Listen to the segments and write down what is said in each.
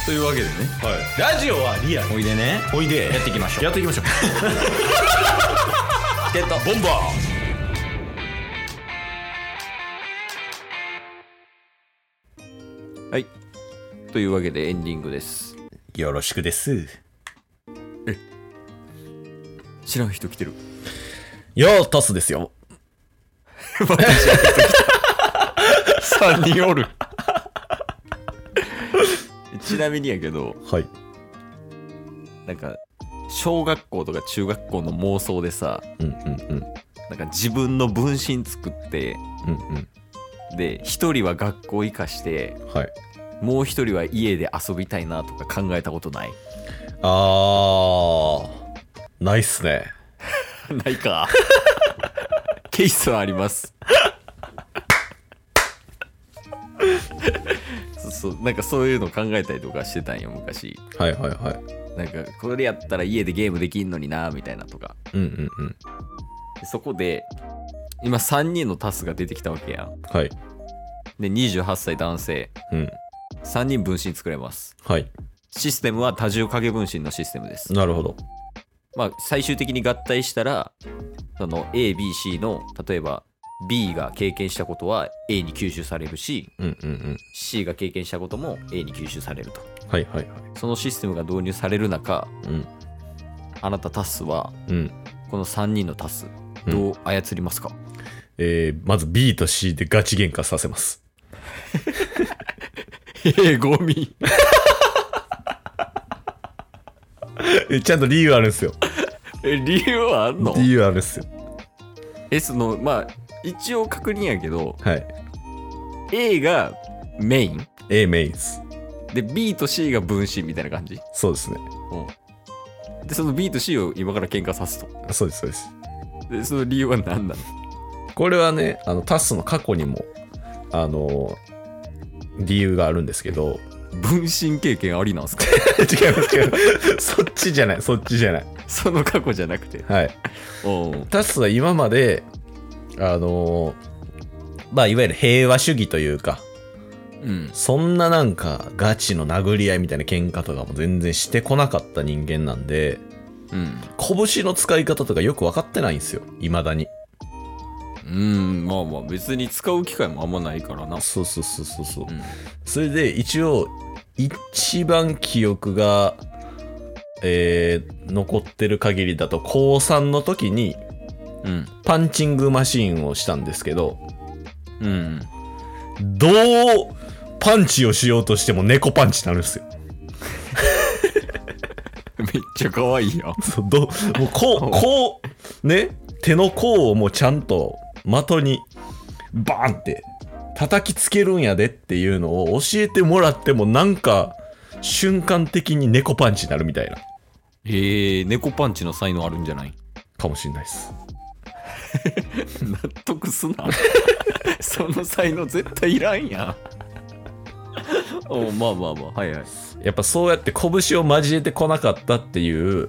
というわけでね、 はい、ラジオはリアル。 おいでね、 おいでやっていきましょう。 やっていきましょうゲットボンバー。はい、というわけでエンディングです。 よろしくです。 知らん人来てる。 よートスですよ。 3人おる。ちなみにやけど、 はい、 なんか小学校とか中学校の妄想でさ、なんか自分の分身作って、で一人は学校行かして、 はい、 もう一人は家で遊びたいなとか考えたことない？ ないっすね。 ないか。ケースはあります。そうなんかそういうの考えたりとかしてたんよ昔。 はいはいはい。 なんかこれやったら家でゲームできんのになみたいなとか。でそこで今3人のタスが出てきたわけやん。 はい。 で28歳男性、3人分身作れます。 はい。 システムは多重影分身のシステムです。 なるほど。 まあ最終的に合体したら、その A、B、C の例えば B が経験したことは A に吸収されるし、C が経験したことも A に吸収されると。 はいはいはい。 そのシステムが導入される中、あなたタスは、この3人のタスどう操りますか？ まず B と C でガチ喧嘩させます。 ゴミ。 ちゃんと理由あるんですよ。 理由はあんの？ 理由あるんですよ。 そのまあ一応確認やけど、 はい、 A がメイン A メインですで B と C が分身みたいな感じ。 そうですね。 でその B と C を今から喧嘩さすと。 そうですそうです。 でその理由は何なの？ これはね、タスの過去にも理由があるんですけど。 分身経験ありなんすか？ 違います違います。そっちじゃないそっちじゃない。 その過去じゃなくて。 はい。タスは今までまあいわゆる平和主義というか、そんななんかガチの殴り合いみたいな喧嘩とかも全然してこなかった人間なんで、拳の使い方とかよく分かってないんですよ、未だに。 まあまあ別に使う機会もあんまないからな。 そう、それで一応一番記憶が残ってる限りだと高3の時にパンチングマシーンをしたんですけど、どうパンチをしようとしても猫パンチになるんですよ。 めっちゃ可愛いやん。 そうもうこうね、手の甲をもうちゃんと的にバーンって叩きつけるんやでっていうのを教えてもらっても、なんか瞬間的に猫パンチになるみたいな。 猫パンチの才能あるんじゃないかもしれないです。 納得すな。その才能絶対いらんやん。まあはいはい。 やっぱそうやって拳を交えてこなかったっていう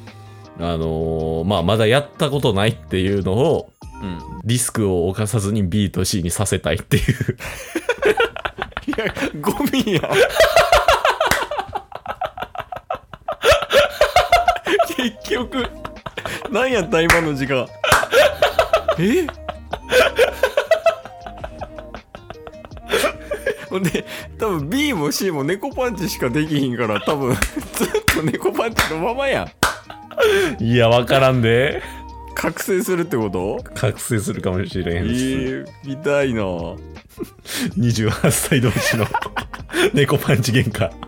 まあまだやったことないっていうのを、リスクを冒さずに B と C にさせたいっていう。 いやゴミやん。結局何やった今の時間。ほんで多分 B も C も猫パンチしかできひんから、多分ずっと猫パンチのままやん。 いや、わからんで。 覚醒するってこと？ 覚醒するかもしれへんし。 見たいな。 28歳同士の猫パンチ喧嘩。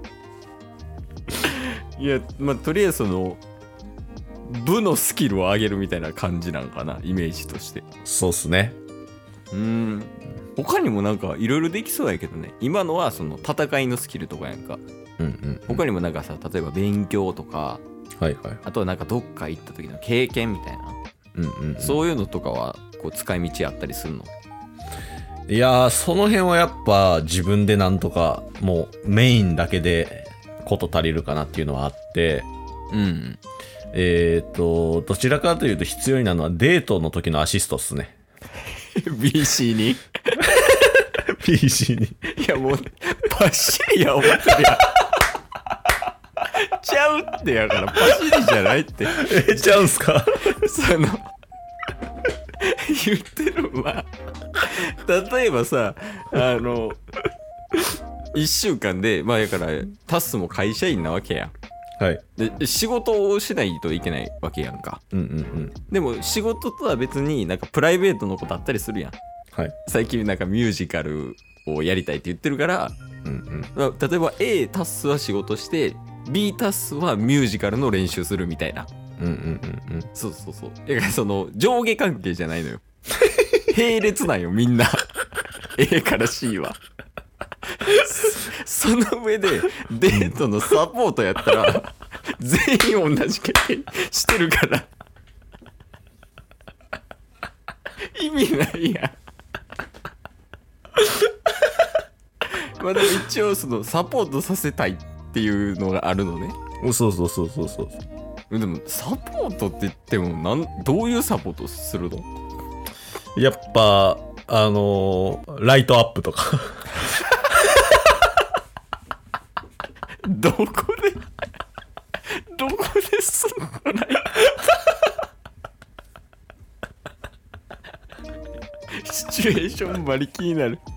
いや、まあとりあえずその部のスキルを上げるみたいな感じなんかな、イメージとして。 そうっすね。 他にもなんかいろいろできそうやけどね。今のはその戦いのスキルとかやんか。他にもなんかさ、例えば勉強とか、あとはなんかどっか行った時の経験みたいな、そういうのとかはこう使い道あったりするの？ いやー、その辺はやっぱ自分でなんとかもうメインだけでこと足りるかなっていうのはあって、どちらかというと必要になるのはデートの時のアシストっすね。 BC に PC に。 いやもうバッシリや思ってるやん。 ゃうってやからパシリじゃないってちゃうんすかその言ってるのは例えばさ1週間でまあだからタスも会社員なわけやん。 はい、 で仕事をしないといけないわけやんか、 うんうんうん、 でも仕事とは別になんかプライベートのことあったりするやん、 はい、 最近なんかミュージカルをやりたいって言ってるから、 うんうん、例えば A タスは仕事して B タスはミュージカルの練習するみたいな、 うんうんうんうん、 そうそうそう、だからその上下関係じゃないのよ並列なんよみんなA から C はその上でデートのサポートやったら全員同じ経験してるから意味ないやんまあでも一応そのサポートさせたいっていうのがあるのね。 そうそうそうそうそう。 でもサポートって言ってもどういうサポートするの？ やっぱライトアップとかどこですんのライトシチュエーションまり気になる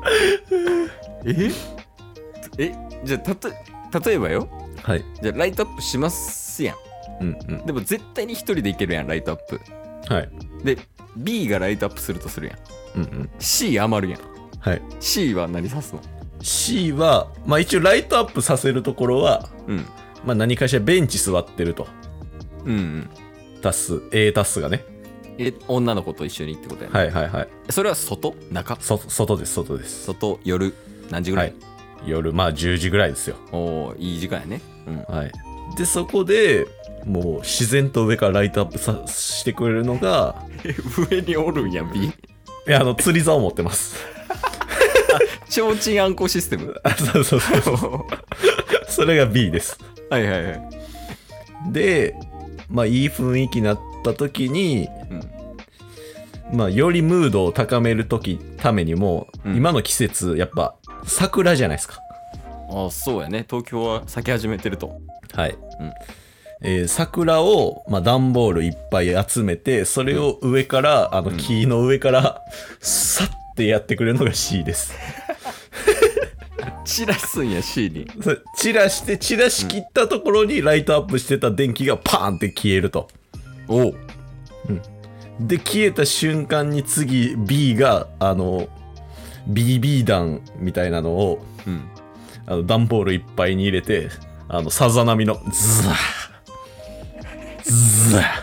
じゃあ例えばよ、 はい、 じゃあライトアップしますやん、 うんうん、 でも絶対に一人でいけるやんライトアップ、 はい、 で B がライトアップするとするやん、うんうん、C 余るやん、 はい、 C は何指すの？ C はまあ一応ライトアップさせるところは、うん、まあ何かしらベンチ座ってると、 うんうん、 タス A タスがね、 女の子と一緒にってことやね。 はいはいはい。 それは外？中？ 外です。 外夜何時ぐらい？はい、 夜まあ10時ぐらいですよ。 おーいい時間やね、うん、 はい。でそこでもう自然と上からライトアップしてくれるのが上におるんや B。 いや釣り竿を持ってますちょうちんあんこシステムそうそれが B です。 はいはいはい。 でまあいい雰囲気になった時に、うん、まあよりムードを高めるためにも、うん、今の季節やっぱ桜じゃないですか。 ああそうやね、東京は咲き始めてると。 はい、うん、桜を、まあ、段ボールいっぱい集めてそれを上から、うん、木の上からさってやってくれるのが C です散らすんや C に。 散らし切ったところにライトアップしてた電気がパーンって消えると。 おう、 うん、で消えた瞬間に次 B がBB 弾みたいなのを、うん、段ボールいっぱいに入れてさざ波のズワーズワ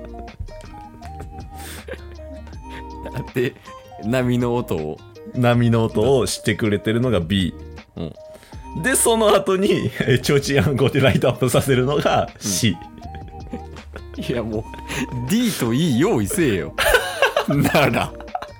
ーで波の音をしてくれてるのが B、 うん、 でその後にちょうちんあんこでライトアップさせるのが C、 うん、いやもう D と E 用意せえよなら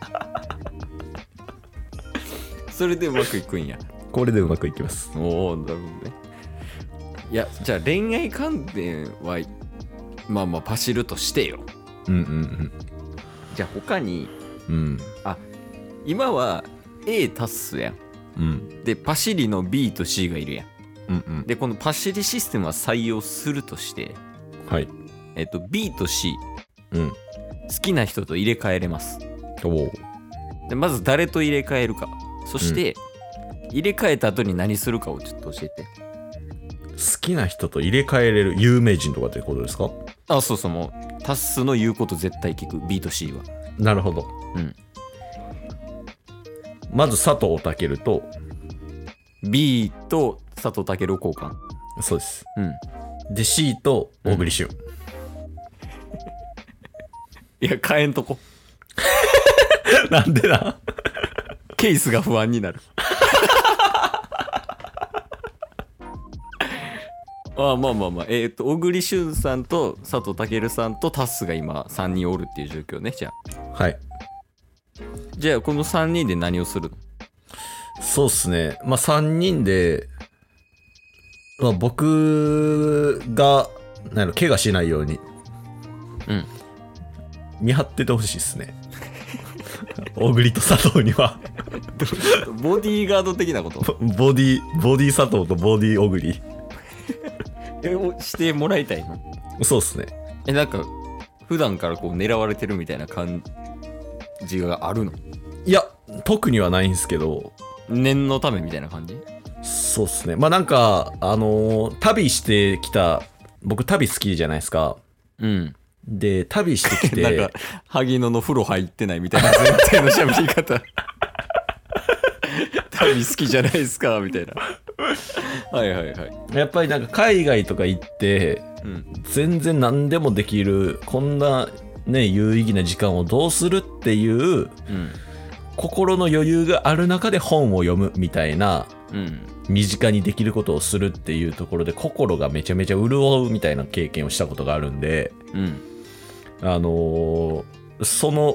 それでうまくいくんや。 これでうまくいきます。 おお、なるほどね。いやじゃあ恋愛関連はまあまあパシるとしてよ。 うんうんうん。 じゃあ他に、 うん、 今は A タスやん、 うん、 でパシリの B と C がいるやん、 うんうん、 でこのパシリシステムは採用するとして、 はい、 B と C、 うん、 好きな人と入れ替えれます。 おでまず誰と入れ替えるか、そして、うん、入れ替えた後に何するかをちょっと教えて。 好きな人と入れ替えれる有名人とかってことですか？ あ、そうそう、もうタスの言うこと絶対聞く B と C は。 なるほど、 うん、 まず佐藤健と B と佐藤健を交換。 そうです、 うん、 で C と小栗旬、 いや変えんとこなんでなケースが不安になるまあ小栗旬さんと佐藤健さんとタスが今3人おるっていう状況ね。じゃあはい、 じゃあこの3人で何をするの？ そうっすね、まあ3人で、まあ、僕が怪我しないように、 うん、 見張っててほしいっすね小栗と佐藤にはボディーガード的なこと？ ボディ佐藤とボディ小栗してもらいたいの？ そうっすね。 なんか普段からこう狙われてるみたいな感じがあるの？ いや特にはないんですけど、 念のためみたいな感じ？ そうっすね。まあなんか旅してきた、僕旅好きじゃないですか。 うん。 で旅してきてなんか萩野の風呂入ってないみたいな前提の喋り方旅好きじゃないですかみたいな。はいはいはい。 やっぱりなんか海外とか行って、うん、全然何でもできるこんなね有意義な時間をどうするっていう、うん、心の余裕がある中で本を読むみたいな、うん、身近にできることをするっていうところで心がめちゃめちゃ潤うみたいな経験をしたことがあるんで、うん、その、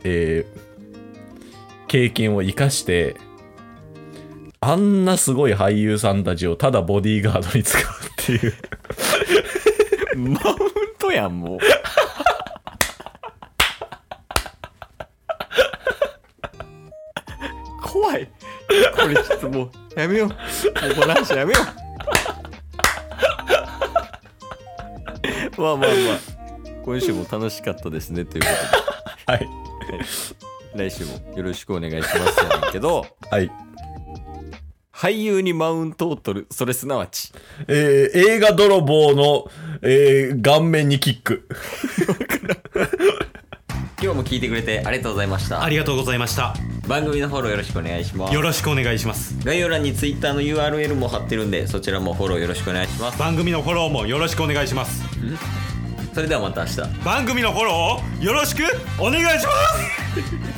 経験を生かしてあんなすごい俳優さんたちをただボディーガードに使うっていうマウントやんもう怖い。これちょっともうやめよう。もうこの話やめよう。まあまあまあ今週も楽しかったですねということで、はい、来週もよろしくお願いしますやねんけど、はい、俳優にマウントを取る、それすなわち、 映画泥棒の、顔面にキック今日も聞いてくれてありがとうございました。 ありがとうございました。 番組のフォローよろしくお願いします。 よろしくお願いします。 概要欄に Twitter の URL も貼ってるんで、そちらもフォローよろしくお願いします。 番組のフォローもよろしくお願いします。 それではまた明日。 番組のフォローをよろしくお願いします